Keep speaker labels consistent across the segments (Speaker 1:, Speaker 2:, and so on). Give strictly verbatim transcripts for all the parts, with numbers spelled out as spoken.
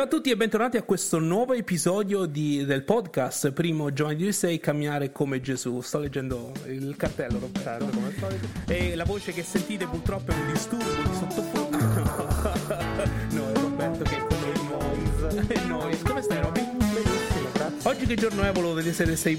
Speaker 1: Ciao a tutti e bentornati a questo nuovo episodio di, del podcast Primo Giovanni di sei, camminare come Gesù. Sto leggendo il cartello, Roberto, come al solito. E la voce che sentite purtroppo è un disturbo di sottofondo. No, è Roberto che è come il noise. Il noise. Come stai, Robby?
Speaker 2: Benissimo, grazie.
Speaker 1: Oggi che giorno è? Volevo vedere se sei,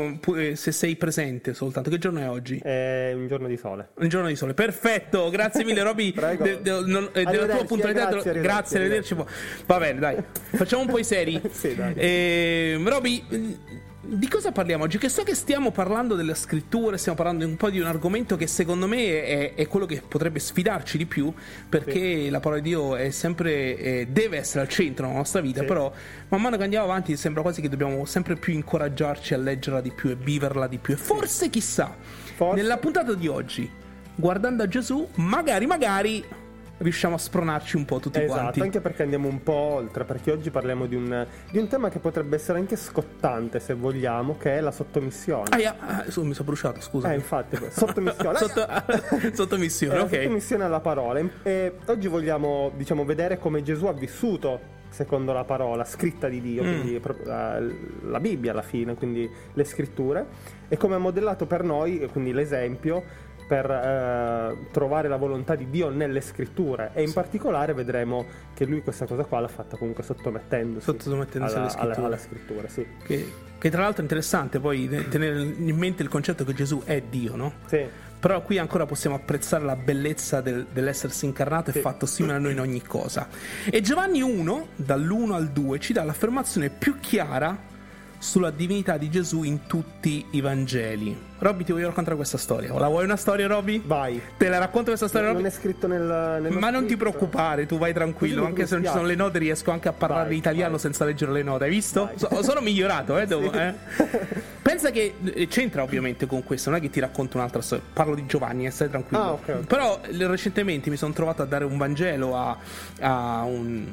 Speaker 1: se sei presente soltanto. Che giorno è oggi?
Speaker 2: È un giorno di sole.
Speaker 1: Un giorno di sole, perfetto, grazie mille Robby de, de, de, de, della tua puntualità. Grazie,
Speaker 2: arrivederci,
Speaker 1: grazie, arrivederci. Va bene, dai, facciamo un po' i seri.
Speaker 2: Sì, dai.
Speaker 1: Eh, Robby, di cosa parliamo oggi? Che so che stiamo parlando della scrittura, stiamo parlando un po' di un argomento che secondo me è, è quello che potrebbe sfidarci di più, perché sì, la parola di Dio è sempre, eh, deve essere al centro della nostra vita, sì, però man mano che andiamo avanti sembra quasi che dobbiamo sempre più incoraggiarci a leggerla di più e viverla di più. E forse, sì, chissà, forse, nella puntata di oggi, guardando a Gesù, magari, magari riusciamo a spronarci un po' tutti
Speaker 2: esatto,
Speaker 1: quanti.
Speaker 2: Anche perché andiamo un po' oltre, perché oggi parliamo di un, di un tema che potrebbe essere anche scottante, se vogliamo, che è la sottomissione.
Speaker 1: Ah, yeah. ah su, mi sono bruciato, scusa.
Speaker 2: Eh, infatti, sottomissione.
Speaker 1: Sotto, sottomissione,
Speaker 2: eh,
Speaker 1: ok.
Speaker 2: Sottomissione alla parola. E oggi vogliamo, diciamo, vedere come Gesù ha vissuto secondo la parola scritta di Dio, mm. quindi la, la Bibbia alla fine, quindi le scritture, e come ha modellato per noi, quindi l'esempio per eh, trovare la volontà di Dio nelle scritture, e in particolare vedremo che lui questa cosa qua l'ha fatta comunque sottomettendosi,
Speaker 1: sottomettendosi
Speaker 2: alla,
Speaker 1: alle scritture,
Speaker 2: alla, alla scrittura, sì.
Speaker 1: Che, che tra l'altro è interessante poi tenere in mente il concetto che Gesù è Dio, no?
Speaker 2: Sì.
Speaker 1: Però qui ancora possiamo apprezzare la bellezza del, dell'essersi incarnato, sì, e fatto simile a noi in ogni cosa. E Giovanni uno, dall'uno al due, ci dà l'affermazione più chiara sulla divinità di Gesù in tutti i Vangeli. Robby, ti voglio raccontare questa storia. La vuoi una storia, Robby?
Speaker 2: Vai.
Speaker 1: Te la racconto questa storia,
Speaker 2: non,
Speaker 1: Robby?
Speaker 2: Non è scritto nel, nel
Speaker 1: Ma non ti preoccupare, tu vai tranquillo. Così anche se non ci sono le note, riesco anche a parlare vai, italiano vai. senza leggere le note. Hai visto? So, sono migliorato, eh, devo, sì. eh. Pensa che c'entra ovviamente con questo. Non è che ti racconto un'altra storia. Parlo di Giovanni, eh, stai tranquillo.
Speaker 2: Ah, okay, okay.
Speaker 1: Però recentemente mi sono trovato a dare un Vangelo a, a un,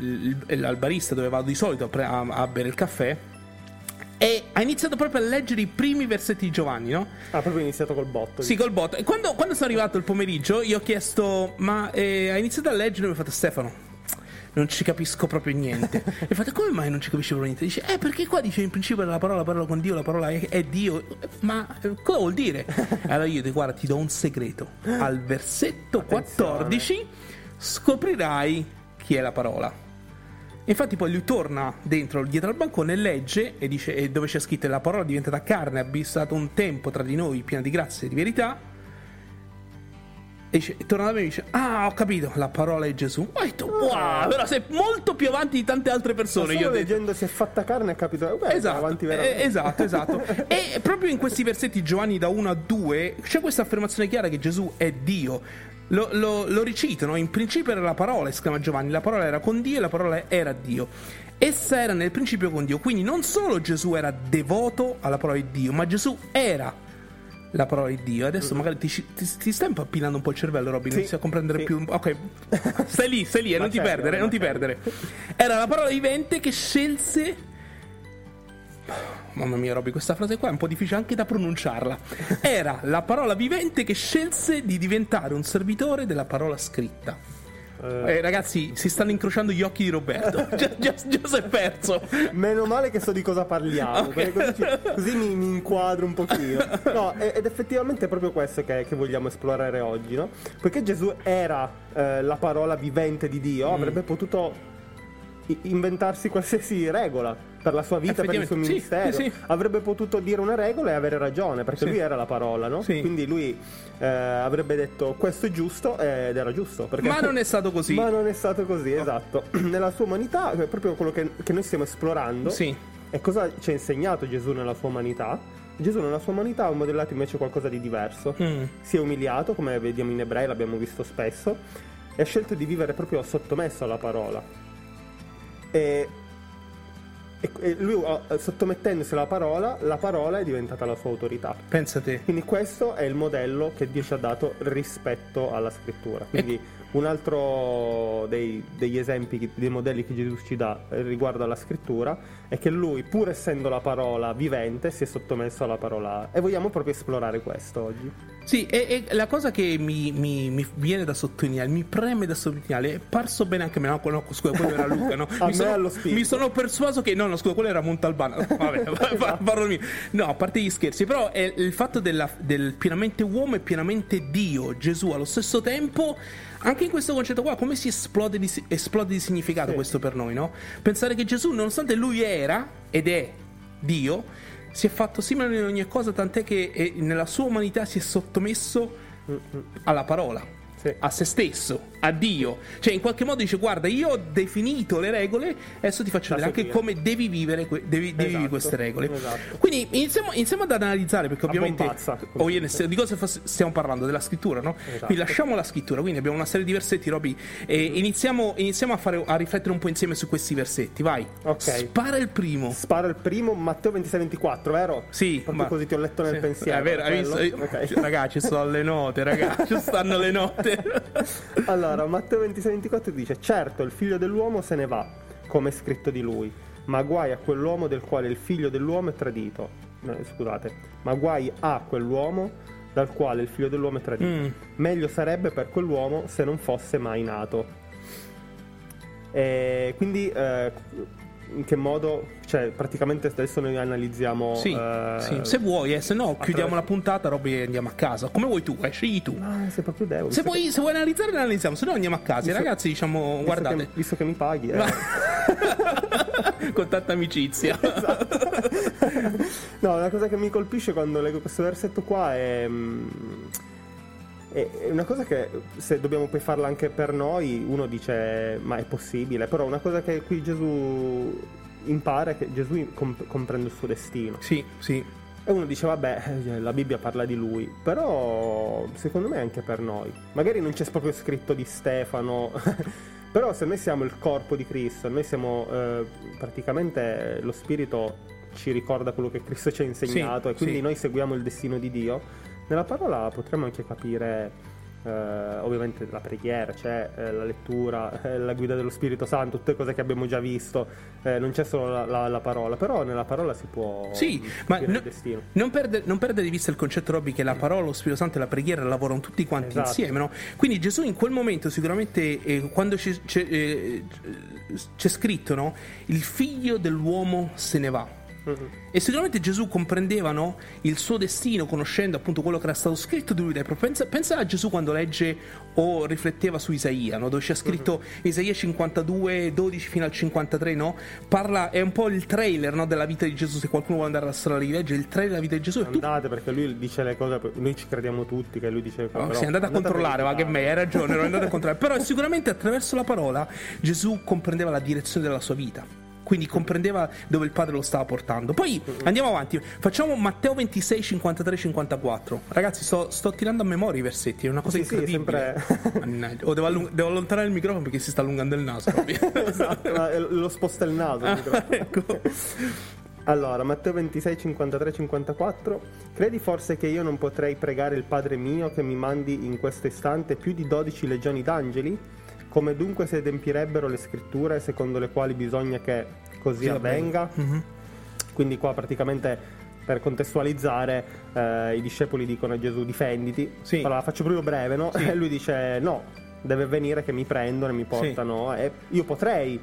Speaker 1: al barista dove vado di solito a, a bere il caffè. E ha iniziato proprio a leggere i primi versetti di Giovanni, no?
Speaker 2: Ah, proprio iniziato col botto.
Speaker 1: Sì, col botto. E quando, quando sono arrivato il pomeriggio, io ho chiesto, ma eh, ha iniziato a leggere? E mi ha fatto, Stefano, non ci capisco proprio niente. E ho fatto, come mai non ci capisci proprio niente? Dice, eh, perché qua dice in principio la parola, parlo con Dio, la parola è, è Dio. Ma eh, cosa vuol dire? Allora io dico, guarda, ti do un segreto. Al versetto quattordici scoprirai chi è la parola. Infatti poi lui torna dentro, dietro al bancone, e legge e dice, e dove c'è scritto, la parola è diventata carne, ha abitato un tempo tra di noi piena di grazia e di verità, e dice, torna da me e dice, ah, ho capito, la parola è Gesù. Ho detto, wow, però sei molto più avanti di tante altre persone. Io
Speaker 2: leggendo si è fatta carne e capito, beh,
Speaker 1: esatto,
Speaker 2: avanti
Speaker 1: eh, esatto, esatto. E proprio in questi versetti Giovanni da uno a due c'è questa affermazione chiara che Gesù è Dio. Lo, lo, lo recitano, in principio era la parola, esclama Giovanni, la parola era con Dio e la parola era Dio. Essa era nel principio con Dio, quindi non solo Gesù era devoto alla parola di Dio, ma Gesù era la parola di Dio. Adesso magari ti, ti, ti stai impappinando un po' il cervello, Robby, non
Speaker 2: sì,
Speaker 1: si a comprendere
Speaker 2: sì.
Speaker 1: più. Ok, stai lì, stai lì, e non ti perdere, non ti perdere. Era la parola vivente che scelse. Mamma mia, Robby, questa frase qua è un po' difficile anche da pronunciarla. Era la parola vivente che scelse di diventare un servitore della parola scritta. Eh, ragazzi, si stanno incrociando gli occhi di Roberto. Già, già, già si è perso.
Speaker 2: Meno male che so di cosa parliamo,
Speaker 1: okay.
Speaker 2: Perché così, così mi, mi inquadro un pochino. No, ed effettivamente è proprio questo che, che vogliamo esplorare oggi, no? Perché Gesù era eh, la parola vivente di Dio, mm. avrebbe potuto inventarsi qualsiasi regola per la sua vita, per il suo ministero, sì, sì. Avrebbe potuto dire una regola e avere ragione, perché sì. lui era la parola, no? Sì. Quindi lui eh, avrebbe detto questo è giusto, ed era giusto, perché...
Speaker 1: ma non è stato così.
Speaker 2: Ma non è stato così, oh. esatto. Nella sua umanità, è proprio quello che, che noi stiamo esplorando,
Speaker 1: sì.
Speaker 2: E cosa ci ha insegnato Gesù nella sua umanità. Gesù nella sua umanità ha modellato invece qualcosa di diverso, mm. si è umiliato, come vediamo in Ebrei, l'abbiamo visto spesso, e ha scelto di vivere proprio sottomesso alla parola. E, e lui, sottomettendosi alla parola, la parola è diventata la sua autorità.
Speaker 1: Pensa te.
Speaker 2: Quindi questo è il modello che Dio ci ha dato rispetto alla scrittura. Quindi e... un altro dei, degli esempi, dei modelli che Gesù ci dà riguardo alla scrittura è che lui, pur essendo la parola vivente, si è sottomesso alla parola. E vogliamo proprio esplorare questo oggi.
Speaker 1: Sì, e, e la cosa che mi, mi, mi viene da sottolineare, mi preme da sottolineare, è parso bene anche a me, no, no, scusa, quello era Luca, no?
Speaker 2: A
Speaker 1: mi,
Speaker 2: me
Speaker 1: sono,
Speaker 2: allo spirito.
Speaker 1: mi sono persuaso che, no, no, scusa, quello era Montalbano, vabbè, parlo mio. No, a parte gli scherzi, però è il fatto della, del pienamente uomo e pienamente Dio, Gesù, allo stesso tempo, anche in questo concetto qua, come si esplode di, esplode di significato sì. questo per noi, no? Pensare che Gesù, nonostante lui era, ed è Dio, si è fatto simile in ogni cosa, tant'è che eh, nella sua umanità si è sottomesso alla parola, sì. a se stesso, a Dio. Cioè in qualche modo dice: guarda, io ho definito le regole, adesso ti faccio vedere anche come devi vivere que- devi, devi esatto. queste regole. Esatto. Quindi iniziamo, iniziamo ad analizzare, perché ovviamente oh, io ne, di cosa stiamo parlando? Della scrittura, no? Esatto. Quindi lasciamo la scrittura, quindi abbiamo una serie di versetti, Roby, e mm. iniziamo, iniziamo a, fare, a riflettere un po' insieme su questi versetti. Vai,
Speaker 2: okay.
Speaker 1: Spara il primo.
Speaker 2: Spara il primo, Matteo ventisei ventiquattro, vero?
Speaker 1: Sì,
Speaker 2: proprio
Speaker 1: ma...
Speaker 2: così ti ho letto nel
Speaker 1: sì.
Speaker 2: pensiero.
Speaker 1: È vero, hai visto? Okay. Ragazzi, ci stanno le note, ragazzi, ci stanno le note.
Speaker 2: Allora, Matteo ventisei ventiquattro dice: certo, il figlio dell'uomo se ne va, come è scritto di lui, ma guai a quell'uomo del quale il figlio dell'uomo è tradito. No, scusate, ma guai a quell'uomo dal quale il figlio dell'uomo è tradito. Mm. Meglio sarebbe per quell'uomo se non fosse mai nato. E quindi eh, in che modo, cioè praticamente adesso noi analizziamo
Speaker 1: sì,
Speaker 2: eh,
Speaker 1: sì. Se vuoi, eh, se no chiudiamo la puntata, Roby, e andiamo a casa come vuoi tu, eh, scegli tu.
Speaker 2: No, se proprio devo,
Speaker 1: se vuoi,
Speaker 2: che...
Speaker 1: se vuoi analizzare, ne analizziamo, se no andiamo a casa. Visto, I ragazzi diciamo visto guardate
Speaker 2: che, visto che mi paghi eh.
Speaker 1: con tanta amicizia.
Speaker 2: Esatto. No, una cosa che mi colpisce quando leggo questo versetto qua è è una cosa che, se dobbiamo poi farla anche per noi, uno dice ma è possibile, però una cosa che qui Gesù impara è che Gesù comp- comprende il suo destino.
Speaker 1: Sì, sì.
Speaker 2: E uno dice vabbè, la Bibbia parla di lui, però secondo me anche per noi. Magari non c'è proprio scritto di Stefano, però se noi siamo il corpo di Cristo, noi siamo eh, praticamente lo Spirito ci ricorda quello che Cristo ci ha insegnato, sì, e quindi sì. noi seguiamo il destino di Dio. Nella parola potremmo anche capire eh, ovviamente la preghiera, c'è eh, la lettura, eh, la guida dello Spirito Santo, tutte cose che abbiamo già visto, eh, non c'è solo la, la, la parola, però nella parola si può
Speaker 1: sì, ma no,
Speaker 2: il destino.
Speaker 1: Non perdere non perde di vista il concetto, Robby, che la parola, lo Spirito Santo e la preghiera lavorano tutti quanti esatto. insieme, no? Quindi Gesù in quel momento sicuramente eh, quando c'è, c'è, eh, c'è scritto, no? Il figlio dell'uomo se ne va. Uh-huh. E sicuramente Gesù comprendeva, no, il suo destino, conoscendo appunto quello che era stato scritto di lui dai profeti. Pensa, pensa a Gesù quando legge o rifletteva su Isaia, no, dove c'è scritto uh-huh. Isaia cinquantadue dodici fino al cinquantatré, no? Parla, è un po' il trailer, no, della vita di Gesù. Se qualcuno vuole andare a storia di leggere il trailer della vita di Gesù,
Speaker 2: andate,
Speaker 1: tu...
Speaker 2: perché lui dice le cose, noi ci crediamo tutti che lui dice,
Speaker 1: oh,
Speaker 2: però,
Speaker 1: sì, andate a controllare, va che me, hai ragione, non andate a controllare. Però sicuramente attraverso la parola Gesù comprendeva la direzione della sua vita, quindi comprendeva dove il padre lo stava portando. Poi andiamo avanti, facciamo Matteo ventisei cinquantatré cinquantaquattro. Ragazzi, sto, sto tirando a memoria i versetti, è una cosa sì, incredibile. Sì, sempre... oh, devo, allung- devo allontanare il microfono perché si sta allungando il naso.
Speaker 2: Esatto, ma lo sposta il naso.
Speaker 1: Ah, ecco.
Speaker 2: Allora, Matteo ventisei cinquantatré cinquantaquattro. Credi forse che io non potrei pregare il Padre mio che mi mandi in questo istante più di dodici legioni d'angeli? Come dunque si adempirebbero le scritture secondo le quali bisogna che così avvenga? Mm-hmm. Quindi qua praticamente, per contestualizzare, eh, i discepoli dicono a Gesù difenditi. Sì. Allora la faccio proprio breve, no? Sì. E lui dice no, deve avvenire che mi prendono e mi portano, sì. E io potrei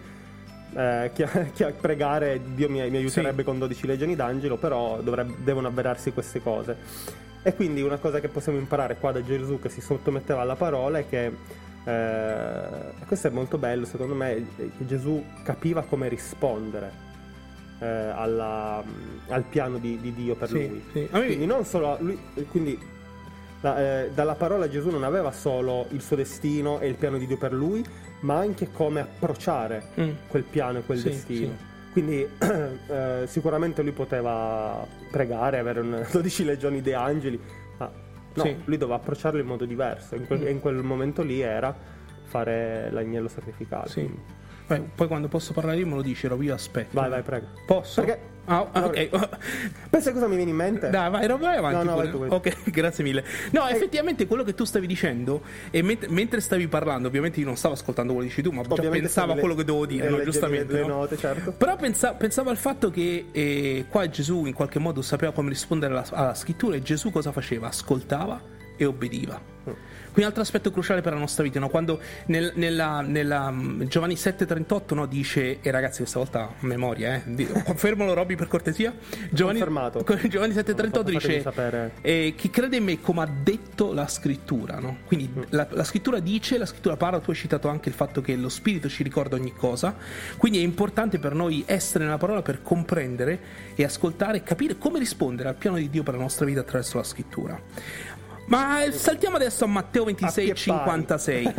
Speaker 2: eh, chi- chi- pregare, Dio mi, mi aiuterebbe, sì, con dodici legioni d'angelo, però dovrebbe, devono avverarsi queste cose. E quindi una cosa che possiamo imparare qua da Gesù, che si sottometteva alla parola, è che Eh, questo è molto bello secondo me, che Gesù capiva come rispondere eh, alla, al piano di, di Dio per sì, lui sì. Quindi non solo lui, quindi la, eh, dalla parola Gesù non aveva solo il suo destino e il piano di Dio per lui, ma anche come approcciare mm. quel piano e quel sì, destino sì. Quindi eh, sicuramente lui poteva pregare, avere un, dodici legioni di angeli, ma no, sì. lui doveva approcciarlo in modo diverso. In quel, mm. in quel momento lì era fare l'agnello sacrificato.
Speaker 1: Sì. Beh, poi quando posso parlare io me lo dici, Roby, io aspetto.
Speaker 2: Vai, vai, prego.
Speaker 1: Posso?
Speaker 2: Perché?
Speaker 1: Ah, ok.
Speaker 2: Pensa cosa mi viene in mente?
Speaker 1: Dai, vai, vai avanti.
Speaker 2: No, no, vai tu, vai.
Speaker 1: Ok, grazie mille. No, eh. effettivamente quello che tu stavi dicendo, e ment- mentre stavi parlando, ovviamente io non stavo ascoltando quello che dici tu, ma già pensavo a quello che dovevo dire, no, giustamente.
Speaker 2: Le,
Speaker 1: no?
Speaker 2: le note, certo.
Speaker 1: Però pensa- pensavo al fatto che eh, qua Gesù in qualche modo sapeva come rispondere alla, alla scrittura, e Gesù cosa faceva? Ascoltava, e obbediva. Quindi altro aspetto cruciale per la nostra vita, no? Quando nel, nella, nella Giovanni sette trentotto, no, dice, e ragazzi questa volta a memoria, eh, confermalo Robby per cortesia, Giovanni, Giovanni sette trentotto dice eh, chi crede in me come ha detto la scrittura, no? Quindi mm. la, la scrittura dice, la scrittura parla, tu hai citato anche il fatto che lo spirito ci ricorda ogni cosa, quindi è importante per noi essere nella parola per comprendere e ascoltare e capire come rispondere al piano di Dio per la nostra vita attraverso la scrittura. Ma saltiamo adesso a Matteo ventisei cinquantasei.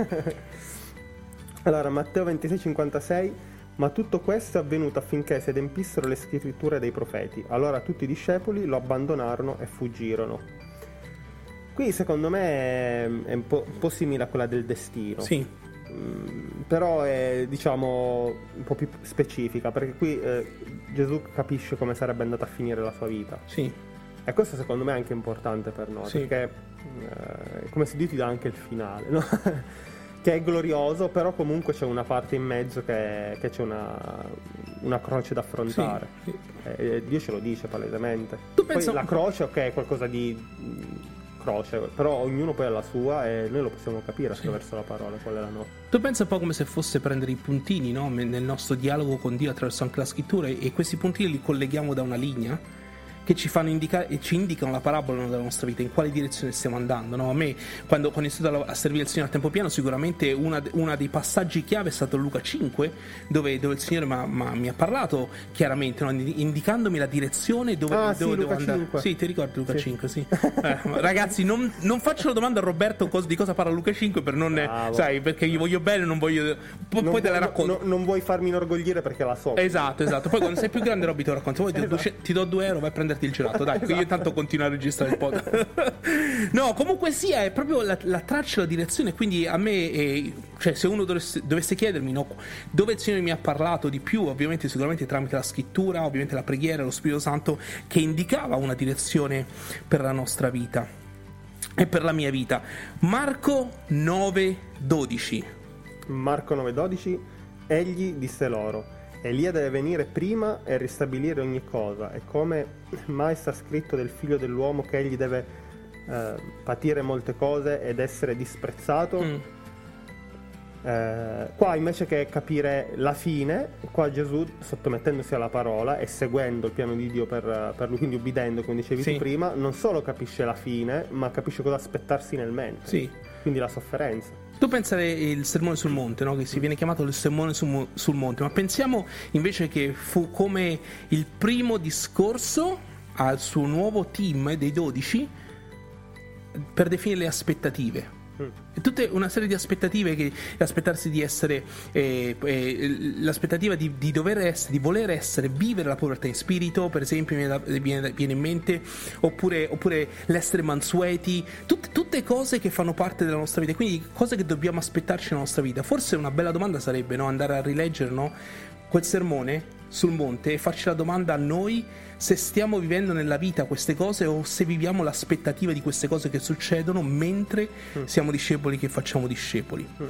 Speaker 2: Allora, Matteo ventisei cinquantasei: ma tutto questo è avvenuto affinché si adempissero le scritture dei profeti. Allora tutti i discepoli lo abbandonarono e fuggirono. Qui secondo me è un po', un po' simile a quella del destino.
Speaker 1: Sì.
Speaker 2: Mm, però è, diciamo, un po' più specifica, perché qui eh, Gesù capisce come sarebbe andata a finire la sua vita.
Speaker 1: Sì.
Speaker 2: E questo secondo me è anche importante per noi, sì. Perché eh, come si dice, ti dà anche il finale, no? Che è glorioso, però comunque c'è una parte in mezzo che, che c'è una, una croce da affrontare. Sì, sì. E Dio ce lo dice palesemente. Tu poi penso... la croce, ok, è qualcosa di mh, croce, però ognuno poi ha la sua e noi lo possiamo capire attraverso sì. la parola qual è la nostra.
Speaker 1: Tu pensa un po' come se fosse prendere i puntini, no? Nel nostro dialogo con Dio attraverso anche la scrittura, e questi puntini li colleghiamo da una linea che ci fanno indicare e ci indicano la parabola della nostra vita, in quale direzione stiamo andando, no? A me, quando, quando ho iniziato a servire il Signore a tempo pieno, sicuramente una, una dei passaggi chiave è stato Luca cinque, dove, dove il Signore m'ha, m'ha, mi ha parlato chiaramente, no? Indicandomi la direzione dove,
Speaker 2: ah,
Speaker 1: dove
Speaker 2: sì,
Speaker 1: devo andare.
Speaker 2: cinque.
Speaker 1: Sì, ti ricordi Luca
Speaker 2: sì.
Speaker 1: cinque, sì. Eh, ragazzi, non, non faccio la domanda a Roberto cos, di cosa parla Luca cinque, per non,
Speaker 2: Bravo.
Speaker 1: sai, perché gli voglio bene, non voglio. Poi,
Speaker 2: non
Speaker 1: poi te la
Speaker 2: vuoi,
Speaker 1: racconto.
Speaker 2: No, non vuoi farmi inorgoglire perché la so.
Speaker 1: Esatto, esatto. Poi quando sei più grande, Robby, te lo racconto. Poi esatto. ti, ti do due euro, vai a prenderti il gelato, dai. Esatto. Io intanto continuo a registrare il podcast. No, comunque sia, è proprio la, la traccia, la direzione. Quindi a me, eh, cioè, se uno dovesse, dovesse chiedermi, no, dove il Signore mi ha parlato di più, ovviamente sicuramente tramite la scrittura, ovviamente la preghiera, lo Spirito Santo che indicava una direzione per la nostra vita e per la mia vita. Marco nove dodici.
Speaker 2: Marco nove dodici: egli disse loro: Elia deve venire prima e ristabilire ogni cosa, e come mai sta scritto del figlio dell'uomo che egli deve eh, patire molte cose ed essere disprezzato. Mm. Eh, qua invece che capire la fine, qua Gesù, sottomettendosi alla parola e seguendo il piano di Dio per, per lui, quindi ubbidendo, come dicevi sì. tu prima, non solo capisce la fine, ma capisce cosa aspettarsi nel mentre,
Speaker 1: sì.
Speaker 2: quindi la sofferenza.
Speaker 1: Tu pensa il sermone sul monte, no? Che si viene chiamato il sermone sul, sul monte, ma pensiamo invece che fu come il primo discorso al suo nuovo team dei dodici per definire le aspettative. E tutte una serie di aspettative, che aspettarsi di essere eh, eh, l'aspettativa di, di dover essere, di voler essere, vivere la povertà in spirito, per esempio, mi viene, viene in mente, oppure, oppure l'essere mansueti, tutte, tutte cose che fanno parte della nostra vita, quindi cose che dobbiamo aspettarci nella nostra vita. Forse una bella domanda sarebbe, no, andare a rileggere, no, quel sermone sul monte e farci la domanda a noi se stiamo vivendo nella vita queste cose o se viviamo l'aspettativa di queste cose che succedono mentre mm. siamo discepoli che facciamo discepoli. Mm.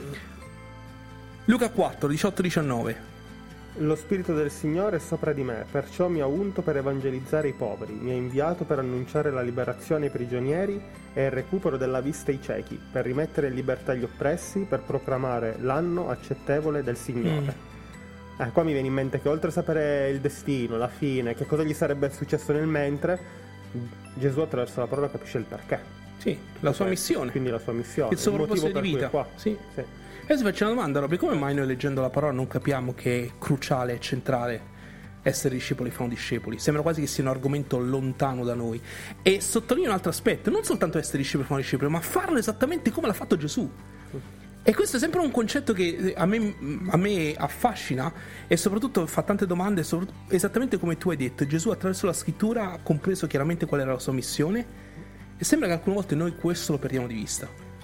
Speaker 1: Luca quattro diciotto diciannove.
Speaker 2: Lo Spirito del Signore è sopra di me, perciò mi ha unto per evangelizzare i poveri, mi ha inviato per annunciare la liberazione ai prigionieri e il recupero della vista ai ciechi, per rimettere in libertà gli oppressi, per proclamare l'anno accettevole del Signore. Mm. Eh, qua mi viene in mente che oltre a sapere il destino, la fine, che cosa gli sarebbe successo nel mentre, Gesù attraverso la parola capisce il perché.
Speaker 1: Sì, la sua missione.
Speaker 2: Quindi la sua missione.
Speaker 1: Il suo proposito di vita.
Speaker 2: Qua.
Speaker 1: Sì. Sì. E si faccio una domanda, Robby, come mai noi leggendo la parola non capiamo che è cruciale e centrale essere discepoli fra un discepoli? Sembra quasi che sia un argomento lontano da noi. E sottolineo un altro aspetto, non soltanto essere discepoli fra un discepoli, ma farlo esattamente come l'ha fatto Gesù. E questo è sempre un concetto che a me, a me affascina e soprattutto fa tante domande, esattamente come tu hai detto. Gesù attraverso la scrittura ha compreso chiaramente qual era la sua missione e sembra che alcune volte noi questo lo perdiamo di vista.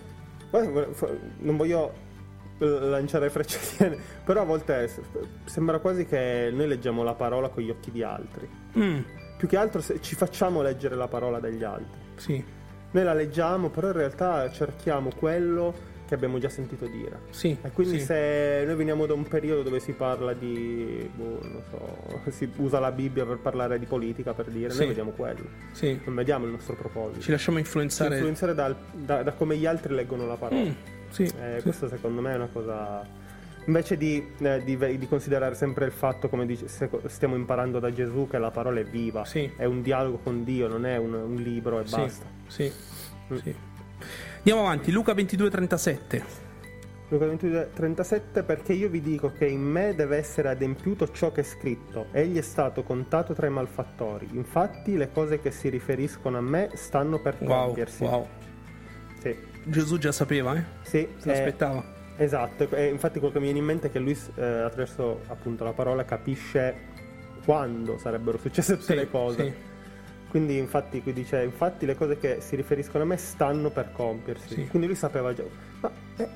Speaker 2: Non voglio lanciare frecciatine, però a volte sembra quasi che noi leggiamo la parola con gli occhi di altri. Mm. Più che altro ci facciamo leggere la parola degli altri.
Speaker 1: Sì.
Speaker 2: Noi la leggiamo, però in realtà cerchiamo quello che abbiamo già sentito dire.
Speaker 1: Sì,
Speaker 2: e quindi
Speaker 1: sì.
Speaker 2: se noi veniamo da un periodo dove si parla di boh, non so, si usa la Bibbia per parlare di politica, per dire,
Speaker 1: Sì.
Speaker 2: noi vediamo quello,
Speaker 1: Sì.
Speaker 2: non vediamo il nostro proposito.
Speaker 1: Ci lasciamo
Speaker 2: Ci
Speaker 1: influenzare.
Speaker 2: influenzare dal- da, da come gli altri leggono la parola.
Speaker 1: Mm, sì,
Speaker 2: Eh,
Speaker 1: sì.
Speaker 2: Questo secondo me è una cosa. Invece di, eh, di, di considerare sempre il fatto, come dice, se- stiamo imparando da Gesù, che la parola è viva,
Speaker 1: Sì.
Speaker 2: è un dialogo con Dio, non è un, un libro e
Speaker 1: Sì,
Speaker 2: basta.
Speaker 1: sì,
Speaker 2: Mm.
Speaker 1: sì. Andiamo avanti, Luca ventidue trentasette.
Speaker 2: Luca ventidue trentasette, perché io vi dico che in me deve essere adempiuto ciò che è scritto. Egli è stato contato tra i malfattori. Infatti le cose che si riferiscono a me stanno per
Speaker 1: Wow,
Speaker 2: compiersi.
Speaker 1: wow.
Speaker 2: Sì,
Speaker 1: Gesù già sapeva, eh?
Speaker 2: sì,
Speaker 1: Se l'aspettava.
Speaker 2: eh, esatto. E infatti quello che mi viene in mente è che lui eh, attraverso appunto la parola capisce quando sarebbero successe tutte
Speaker 1: Sì,
Speaker 2: le cose.
Speaker 1: sì.
Speaker 2: Quindi infatti qui dice, infatti le cose che si riferiscono a me stanno per compiersi.
Speaker 1: Sì.
Speaker 2: Quindi lui sapeva già. Ma eh,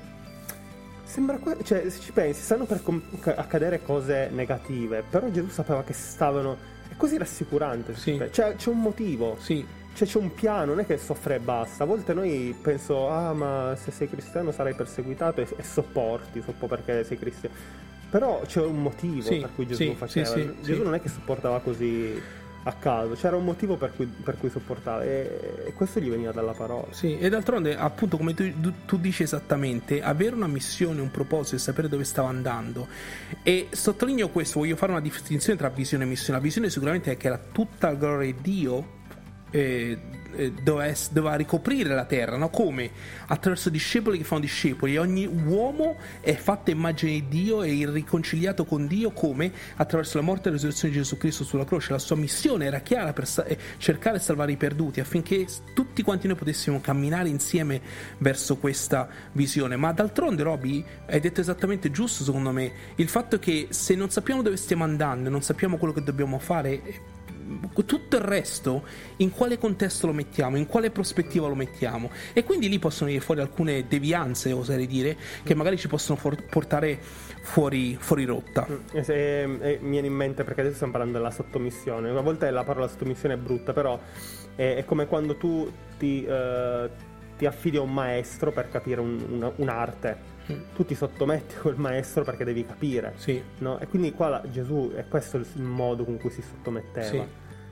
Speaker 2: sembra que- cioè se ci pensi, stanno per com- accadere cose negative, però Gesù sapeva che stavano. È così rassicurante. se
Speaker 1: Sì.
Speaker 2: ci pensi. Cioè, c'è un motivo.
Speaker 1: Sì,
Speaker 2: Cioè c'è un piano, non è che soffre e basta. A volte noi penso, ah ma se sei cristiano sarai perseguitato e, e sopporti, soppo perché sei cristiano. Però c'è un motivo
Speaker 1: Sì,
Speaker 2: per cui Gesù
Speaker 1: sì,
Speaker 2: lo faceva.
Speaker 1: sì, sì,
Speaker 2: Gesù
Speaker 1: sì.
Speaker 2: non è che sopportava così a caso, c'era un motivo per cui, per cui sopportava e, e questo gli veniva dalla parola.
Speaker 1: sì. E d'altronde, appunto, come tu, tu- tu dici esattamente, avere una missione, un proposito e sapere dove stava andando. E sottolineo questo, voglio fare una distinzione tra visione e missione. La visione sicuramente è che era tutta la gloria di Dio. Eh, eh, doveva, ess- doveva ricoprire la terra, no? Come? Attraverso discepoli che fanno discepoli. Ogni uomo è fatto a immagine di Dio e riconciliato con Dio come? Attraverso la morte e la risurrezione di Gesù Cristo sulla croce. La sua missione era chiara per sa- eh, cercare di salvare i perduti, affinché s- tutti quanti noi potessimo camminare insieme verso questa visione. Ma d'altronde, Roby, hai detto esattamente giusto secondo me, il fatto che se non sappiamo dove stiamo andando, non sappiamo quello che dobbiamo fare, eh, tutto il resto in quale contesto lo mettiamo, in quale prospettiva lo mettiamo, e quindi lì possono venire fuori alcune devianze, oserei dire, che magari ci possono for- portare fuori, fuori rotta.
Speaker 2: E se- e mi viene in mente, perché adesso stiamo parlando della sottomissione. Una volta la parola sottomissione è brutta, però è, è come quando tu ti, eh, ti affidi a un maestro per capire un- una- un'arte. Tu ti sottometti a quel maestro perché devi capire,
Speaker 1: Sì,
Speaker 2: no? E quindi qua la- Gesù è questo il il modo con cui si sottometteva.
Speaker 1: Sì.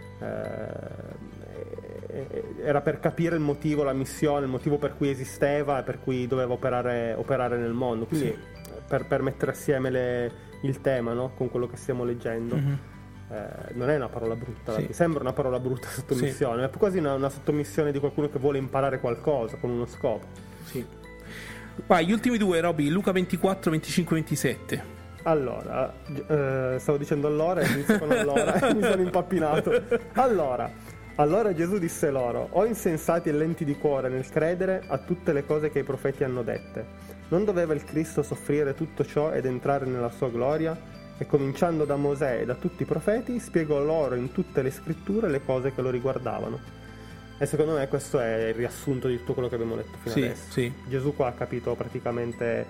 Speaker 2: Eh, era per capire il motivo, la missione, il motivo per cui esisteva e per cui doveva operare, operare nel mondo. Quindi
Speaker 1: Sì.
Speaker 2: per, per mettere assieme le- il tema, no? Con quello che stiamo leggendo.
Speaker 1: Mhm.
Speaker 2: Eh, non è una parola brutta,
Speaker 1: Sì.
Speaker 2: mi sembra una parola brutta sottomissione, è quasi una, una sottomissione di qualcuno che vuole imparare qualcosa con uno scopo.
Speaker 1: Sì. Vai, gli ultimi due, Roby, Luca ventiquattro, venticinque, ventisette.
Speaker 2: Allora, gi- eh, stavo dicendo allora e inizio con allora e mi sono impappinato. Allora, allora Gesù disse loro: o insensati e lenti di cuore nel credere a tutte le cose che i profeti hanno dette. Non doveva il Cristo soffrire tutto ciò ed entrare nella sua gloria? E cominciando da Mosè e da tutti i profeti, spiegò loro in tutte le scritture le cose che lo riguardavano. E secondo me questo è il riassunto di tutto quello che abbiamo letto fino
Speaker 1: Sì,
Speaker 2: adesso.
Speaker 1: sì.
Speaker 2: Gesù qua ha capito praticamente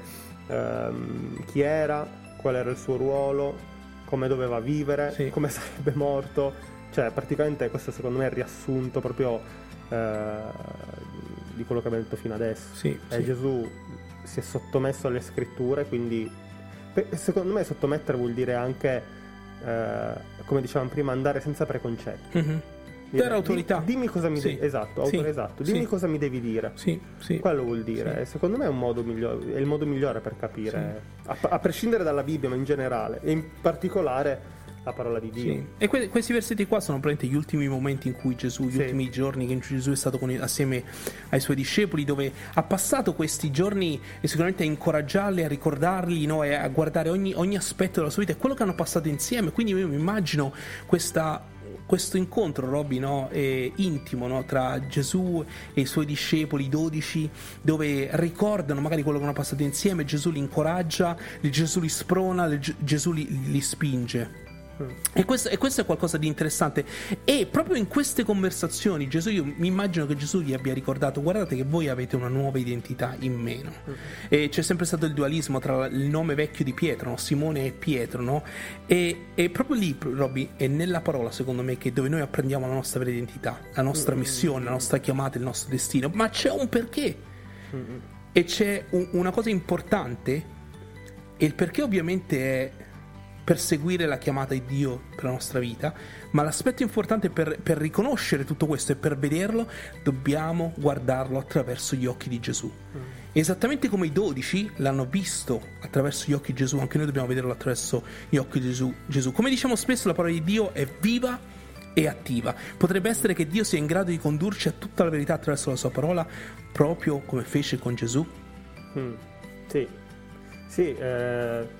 Speaker 2: ehm, chi era, qual era il suo ruolo, come doveva vivere,
Speaker 1: Sì.
Speaker 2: come sarebbe morto. Cioè, praticamente questo secondo me è il riassunto proprio eh, di quello che abbiamo detto fino adesso.
Speaker 1: Sì,
Speaker 2: E
Speaker 1: sì.
Speaker 2: Gesù si è sottomesso alle scritture, quindi pe- secondo me sottomettere vuol dire anche, eh, come dicevamo prima, andare senza preconcetti.
Speaker 1: Mhm.
Speaker 2: Dire,
Speaker 1: Dare autorità.
Speaker 2: "Di- dimmi cosa mi
Speaker 1: Sì.
Speaker 2: devi esatto,
Speaker 1: Sì.
Speaker 2: autor- esatto, dimmi
Speaker 1: Sì.
Speaker 2: cosa mi devi dire.
Speaker 1: Sì, sì.
Speaker 2: Quello vuol dire,
Speaker 1: Sì.
Speaker 2: e secondo me è un modo migliore, è il modo migliore per capire, a, a prescindere dalla Bibbia, ma in generale, e in particolare la parola di Dio.
Speaker 1: Sì. E que- questi versetti qua sono praticamente gli ultimi momenti in cui Gesù, gli
Speaker 2: Sì.
Speaker 1: ultimi giorni che Gesù è stato con- assieme ai suoi discepoli, dove ha passato questi giorni e sicuramente a incoraggiarli, a ricordarli, no, e a guardare ogni, ogni aspetto della sua vita e quello che hanno passato insieme. Quindi io mi immagino questa questo incontro, Robby, no, eh, intimo, no, tra Gesù e i suoi discepoli, i dodici, dove ricordano magari quello che hanno passato insieme. Gesù li incoraggia, Gesù li sprona, Gesù li, li spinge. E questo, e questo è qualcosa di interessante. E proprio in queste conversazioni Gesù, io mi immagino che Gesù gli abbia ricordato: guardate che voi avete una nuova identità in meno. E c'è sempre stato il dualismo tra il nome vecchio di Pietro, no? Simone e Pietro, no? E, e proprio lì, Robby, è nella parola, secondo me, che dove noi apprendiamo la nostra vera identità, la nostra missione, la nostra chiamata, il nostro destino. Ma c'è un perché. E c'è un- una cosa importante, e il perché ovviamente è per seguire la chiamata di Dio per la nostra vita, ma l'aspetto importante per, per riconoscere tutto questo e per vederlo, dobbiamo guardarlo attraverso gli occhi di Gesù. Mm. Esattamente come i dodici l'hanno visto attraverso gli occhi di Gesù, anche noi dobbiamo vederlo attraverso gli occhi di Gesù. Gesù. Come diciamo spesso, la parola di Dio è viva e attiva. Potrebbe essere che Dio sia in grado di condurci a tutta la verità attraverso la sua parola, proprio come fece con Gesù?
Speaker 2: Mm. Sì, sì, eh...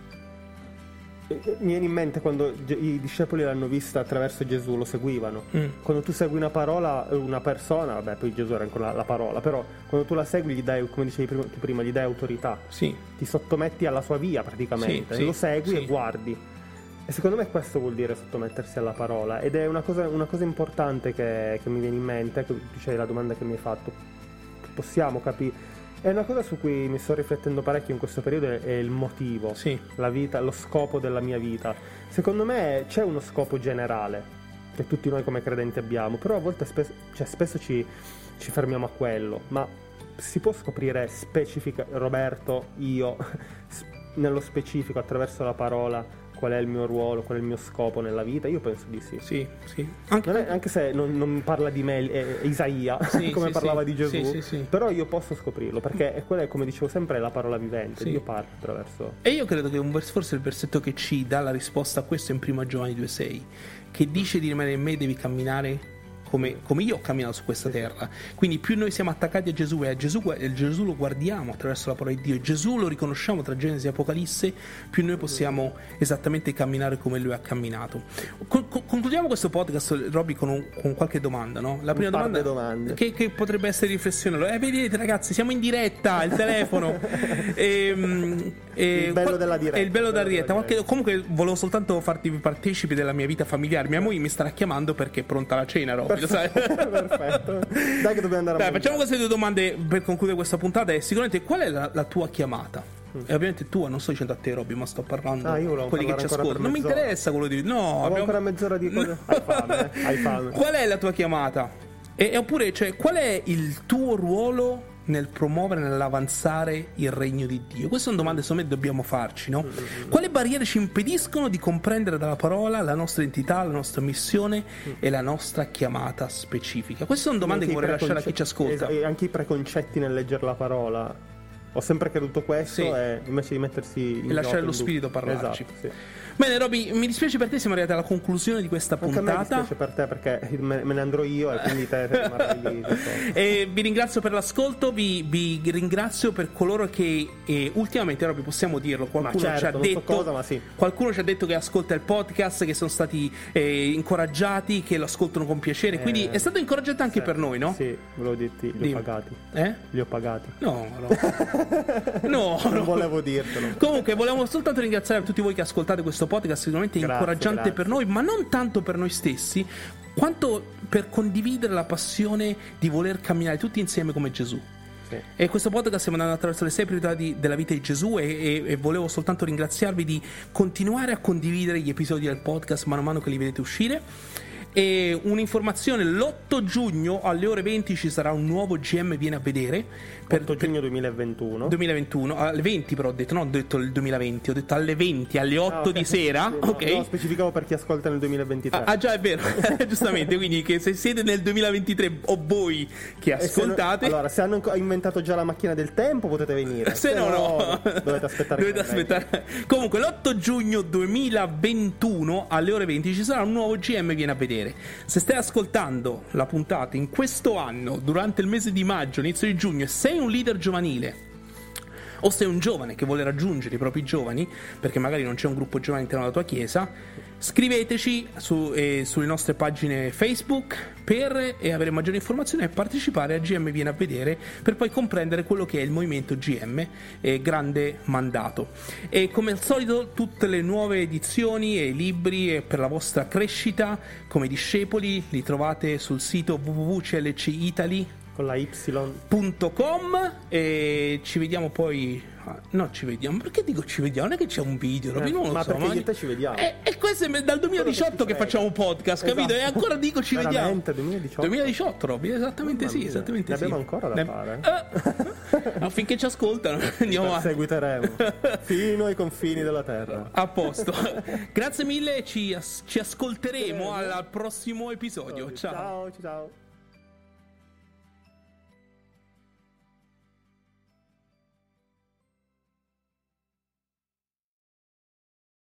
Speaker 2: mi viene in mente quando i discepoli l'hanno vista attraverso Gesù, lo seguivano. Mm. Quando tu segui una parola, una persona, vabbè, poi Gesù era ancora la, la parola, però quando tu la segui gli dai, come dicevi prima, prima gli dai autorità.
Speaker 1: Sì.
Speaker 2: Ti sottometti alla sua via praticamente,
Speaker 1: sì,
Speaker 2: lo
Speaker 1: sì,
Speaker 2: segui
Speaker 1: sì.
Speaker 2: e guardi. E secondo me questo vuol dire sottomettersi alla parola, ed è una cosa, una cosa importante che, che mi viene in mente, che, cioè la domanda che mi hai fatto. Possiamo capire? È una cosa su cui mi sto riflettendo parecchio in questo periodo, è il motivo,
Speaker 1: sì.
Speaker 2: la vita, lo scopo della mia vita. Secondo me c'è uno scopo generale che tutti noi come credenti abbiamo, però a volte spesso, cioè spesso ci, ci fermiamo a quello, ma si può scoprire specifica, Roberto, io, nello specifico attraverso la parola, qual è il mio ruolo, qual è il mio scopo nella vita? Io penso di sì.
Speaker 1: Sì, sì. Anche,
Speaker 2: non è, anche se non, non parla di me eh, Isaia, sì, come sì, parlava sì. di Gesù,
Speaker 1: sì, sì, sì.
Speaker 2: però io posso scoprirlo, perché è quella, come dicevo sempre, è la parola vivente.
Speaker 1: Sì.
Speaker 2: Dio parla attraverso.
Speaker 1: E io credo che un vers- forse il versetto che ci dà la risposta a questo è in primo Giovanni due sei, che dice di rimanere in me devi camminare Come, come io ho camminato su questa terra. Quindi più noi siamo attaccati a Gesù e a Gesù, Gesù lo guardiamo attraverso la parola di Dio, Gesù lo riconosciamo tra Genesi e Apocalisse, più noi possiamo esattamente camminare come lui ha camminato. Con, con, concludiamo questo podcast, Robby, con, un, con qualche domanda, no? La prima
Speaker 2: un
Speaker 1: domanda che, che potrebbe essere riflessione, eh, vedete ragazzi, siamo in diretta, il telefono e, e,
Speaker 2: il bello
Speaker 1: qual,
Speaker 2: della diretta,
Speaker 1: è il bello della diretta.
Speaker 2: diretta.
Speaker 1: Qualche, comunque volevo soltanto farti partecipi della mia vita familiare. Mia moglie mi starà chiamando perché è pronta la cena, Robby.
Speaker 2: Perfetto. Dai che dobbiamo andare a
Speaker 1: Dai, facciamo queste due domande per concludere questa puntata. E sicuramente qual è la, la tua chiamata? Mm. E ovviamente tua, non sto dicendo a te, Robby, ma sto parlando
Speaker 2: ah,
Speaker 1: a quelli che ci ascoltano. Non mi interessa quello di no,
Speaker 2: ho
Speaker 1: abbiamo...
Speaker 2: ancora mezz'ora di cose. Hai fame, eh? Hai fame.
Speaker 1: Qual è la tua chiamata? E, e oppure, cioè, qual è il tuo ruolo nel promuovere, nell'avanzare il regno di Dio? Queste sono domande secondo me dobbiamo farci, no? Mm-hmm. Quali barriere ci impediscono di comprendere dalla parola la nostra identità, la nostra missione mm. e la nostra chiamata specifica? Queste sono domande che vorrei lasciare a chi ci ascolta.
Speaker 2: E anche i preconcetti nel leggere la parola. Ho sempre creduto questo, sì. E invece di mettersi in
Speaker 1: e lasciare lo
Speaker 2: in
Speaker 1: spirito parlarci.
Speaker 2: Esatto, sì.
Speaker 1: Bene, Robby, mi dispiace per te, siamo arrivati alla conclusione di questa
Speaker 2: anche
Speaker 1: puntata.
Speaker 2: A me dispiace per te perché me, me ne andrò io e quindi te rimarrai lì.
Speaker 1: E vi ringrazio per l'ascolto, vi, vi ringrazio per coloro che eh, ultimamente, Robby, possiamo dirlo, qualcuno
Speaker 2: ma certo,
Speaker 1: ci ha
Speaker 2: non
Speaker 1: detto
Speaker 2: so cosa, ma sì.
Speaker 1: qualcuno ci ha detto che ascolta il podcast, che sono stati eh, incoraggiati, che lo ascoltano con piacere, eh, quindi è stato incoraggiante anche
Speaker 2: certo,
Speaker 1: per noi, no?
Speaker 2: Sì, volevo dirti, li
Speaker 1: Dimmi.
Speaker 2: ho pagati.
Speaker 1: Eh?
Speaker 2: Li ho pagati.
Speaker 1: No, no. no,
Speaker 2: non
Speaker 1: no.
Speaker 2: volevo dirtelo.
Speaker 1: Comunque, volevamo soltanto ringraziare tutti voi che ascoltate questo podcast, sicuramente
Speaker 2: grazie,
Speaker 1: incoraggiante
Speaker 2: grazie.
Speaker 1: per noi, ma non tanto per noi stessi, quanto per condividere la passione di voler camminare tutti insieme come Gesù.
Speaker 2: Sì.
Speaker 1: E questo podcast stiamo andando attraverso le sei priorità di, della vita di Gesù e, e, e volevo soltanto ringraziarvi di continuare a condividere gli episodi del podcast man mano che li vedete uscire. E un'informazione: l'otto giugno alle ore venti ci sarà un nuovo G M Viene a Vedere
Speaker 2: per, otto giugno duemilaventuno
Speaker 1: duemilaventuno alle venti, però ho detto, non ho detto il duemilaventi, ho detto alle venti, alle otto ah, okay. di sera,
Speaker 2: sì,
Speaker 1: ok?
Speaker 2: No, no, specificavo per chi ascolta nel duemilaventitré.
Speaker 1: Ah, ah già, è vero, giustamente, quindi che se siete nel duemilaventitré o voi che ascoltate,
Speaker 2: se no, allora se hanno inventato già la macchina del tempo potete venire,
Speaker 1: se, se no, no
Speaker 2: dovete aspettare,
Speaker 1: dovete aspettare. Comunque l'otto giugno duemilaventuno alle ore venti ci sarà un nuovo G M Viene a Vedere. Se stai ascoltando la puntata in questo anno, durante il mese di maggio, inizio di giugno, e sei un leader giovanile o sei un giovane che vuole raggiungere i propri giovani, perché magari non c'è un gruppo giovane all'interno della tua chiesa, scriveteci su, eh, sulle nostre pagine Facebook per eh, avere maggiori informazioni e partecipare a G M Viene a Vedere, per poi comprendere quello che è il movimento G M, eh, grande mandato. E come al solito tutte le nuove edizioni e libri eh, per la vostra crescita come discepoli li trovate sul sito w w w punto c l c italy
Speaker 2: Con la Y.
Speaker 1: punto com e ci vediamo poi. No, ci vediamo. Perché dico ci vediamo? Non è che c'è un video,
Speaker 2: Eh,
Speaker 1: non lo
Speaker 2: ma
Speaker 1: so.
Speaker 2: perché io e te ci vediamo.
Speaker 1: E, e questo è dal duemiladiciotto che facciamo un podcast, capito?
Speaker 2: Esatto.
Speaker 1: E ancora dico ci vediamo.
Speaker 2: Veramente, duemiladiciotto?
Speaker 1: duemiladiciotto, Robby, esattamente
Speaker 2: Mamma
Speaker 1: sì,
Speaker 2: mia,
Speaker 1: esattamente
Speaker 2: ne
Speaker 1: sì.
Speaker 2: abbiamo ancora da
Speaker 1: Ne-
Speaker 2: fare.
Speaker 1: Eh, affinché ci ascoltano, andiamo avanti.
Speaker 2: Seguiteremo fino ai confini della terra.
Speaker 1: A posto. Grazie mille, ci, as- ci ascolteremo al, al prossimo episodio. Ciao.
Speaker 2: Ciao, ciao.